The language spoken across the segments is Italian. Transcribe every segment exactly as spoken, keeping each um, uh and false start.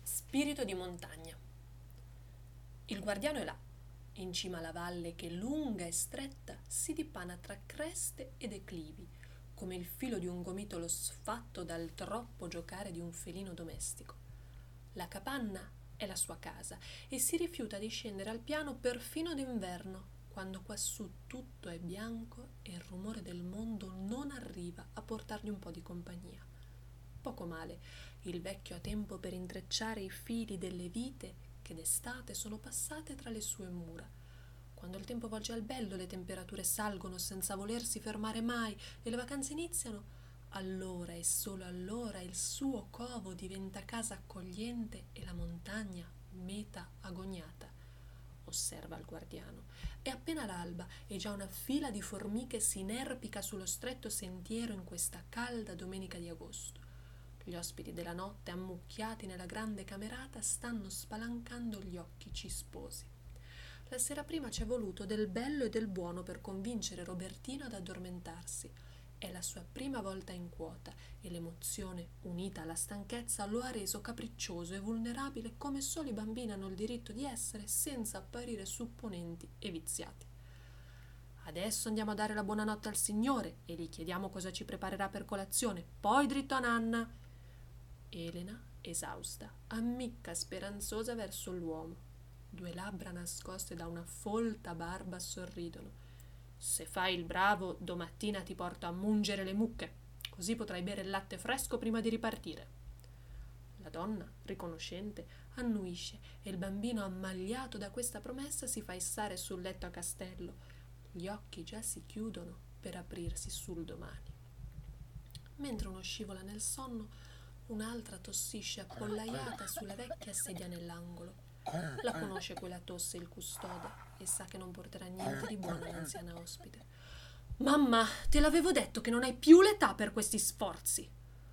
Spirito di montagna. Il guardiano è là, in cima alla valle che lunga e stretta si dipana tra creste e declivi, come il filo di un gomitolo sfatto dal troppo giocare di un felino domestico. La capanna è la sua casa e si rifiuta di scendere al piano perfino d'inverno, quando quassù tutto è bianco e il rumore del mondo non arriva a portargli un po' di compagnia. Poco male, il vecchio ha tempo per intrecciare i fili delle vite che d'estate sono passate tra le sue mura. Quando il tempo volge al bello, le temperature salgono senza volersi fermare mai e le vacanze iniziano, allora e solo allora il suo covo diventa casa accogliente e la montagna meta agognata. Osserva il guardiano. È appena l'alba e già una fila di formiche si inerpica sullo stretto sentiero in questa calda domenica di agosto. Gli ospiti della notte, ammucchiati nella grande camerata, stanno spalancando gli occhi cisposi. La sera prima c'è voluto del bello e del buono per convincere Robertino ad addormentarsi. È la sua prima volta in quota e l'emozione, unita alla stanchezza, lo ha reso capriccioso e vulnerabile come solo i bambini hanno il diritto di essere senza apparire supponenti e viziati. Adesso andiamo a dare la buonanotte al Signore e gli chiediamo cosa ci preparerà per colazione, poi dritto a Nanna. Elena, esausta, ammicca speranzosa verso l'uomo. Due labbra nascoste da una folta barba sorridono. Se fai il bravo, domattina ti porto a mungere le mucche, così potrai bere il latte fresco prima di ripartire. La donna, riconoscente, annuisce e il bambino, ammagliato da questa promessa, si fa issare sul letto a castello. Gli occhi già si chiudono per aprirsi sul domani. Mentre uno scivola nel sonno, un'altra tossisce appollaiata sulla vecchia sedia nell'angolo. La conosce quella tosse il custode e sa che non porterà niente di buono all'anziana ospite. «Mamma, te l'avevo detto che non hai più l'età per questi sforzi!»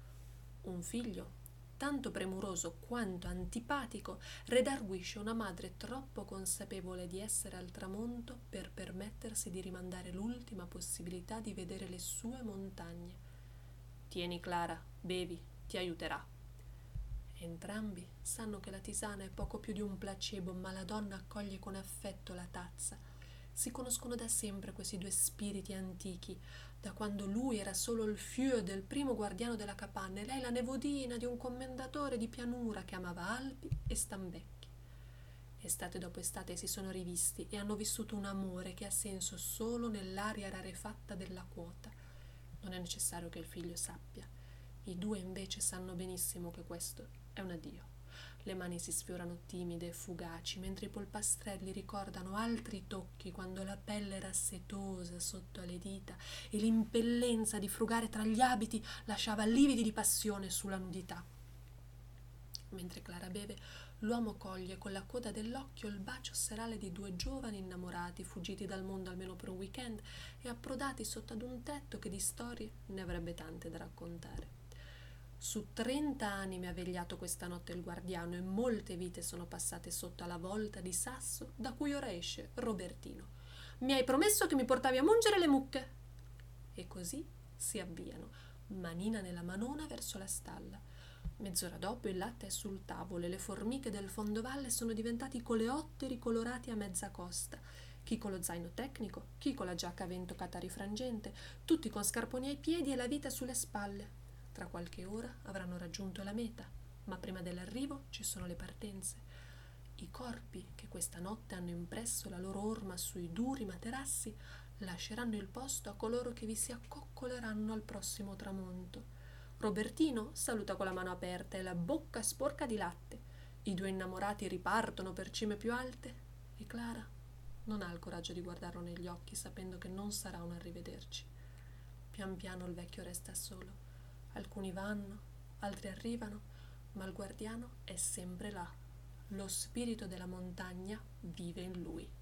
Un figlio, tanto premuroso quanto antipatico, redarguisce una madre troppo consapevole di essere al tramonto per permettersi di rimandare l'ultima possibilità di vedere le sue montagne. «Tieni, Clara, bevi, ti aiuterà». Entrambi sanno che la tisana è poco più di un placebo, ma la donna accoglie con affetto la tazza. Si conoscono da sempre questi due spiriti antichi, da quando lui era solo il fieu del primo guardiano della capanna e lei la nevodina di un commendatore di pianura che amava Alpi e Stambecchi. Estate dopo estate si sono rivisti e hanno vissuto un amore che ha senso solo nell'aria rarefatta della quota. Non è necessario che il figlio sappia. I due invece sanno benissimo che questo è un addio. Le mani si sfiorano timide e fugaci, mentre i polpastrelli ricordano altri tocchi quando la pelle era setosa sotto alle dita e l'impellenza di frugare tra gli abiti lasciava lividi di passione sulla nudità. Mentre Clara beve, l'uomo coglie con la coda dell'occhio il bacio serale di due giovani innamorati fuggiti dal mondo almeno per un weekend e approdati sotto ad un tetto che di storie ne avrebbe tante da raccontare. Su trenta anime ha vegliato questa notte il guardiano e molte vite sono passate sotto alla volta di sasso da cui ora esce Robertino. «Mi hai promesso che mi portavi a mungere le mucche!» E così si avviano, manina nella manona, verso la stalla. Mezz'ora dopo il latte è sul tavolo e le formiche del fondovalle sono diventati coleotteri colorati a mezza costa, chi con lo zaino tecnico, chi con la giacca a vento catarifrangente, tutti con scarponi ai piedi e la vita sulle spalle. Tra qualche ora avranno raggiunto la meta, ma prima dell'arrivo ci sono le partenze. I corpi che questa notte hanno impresso la loro orma sui duri materassi lasceranno il posto a coloro che vi si accoccoleranno al prossimo tramonto. Robertino saluta con la mano aperta e la bocca sporca di latte. I due innamorati ripartono per cime più alte e Clara non ha il coraggio di guardarlo negli occhi, sapendo che non sarà un arrivederci. Pian piano il vecchio resta solo. Alcuni vanno, altri arrivano, ma il guardiano è sempre là. Lo spirito della montagna vive in lui.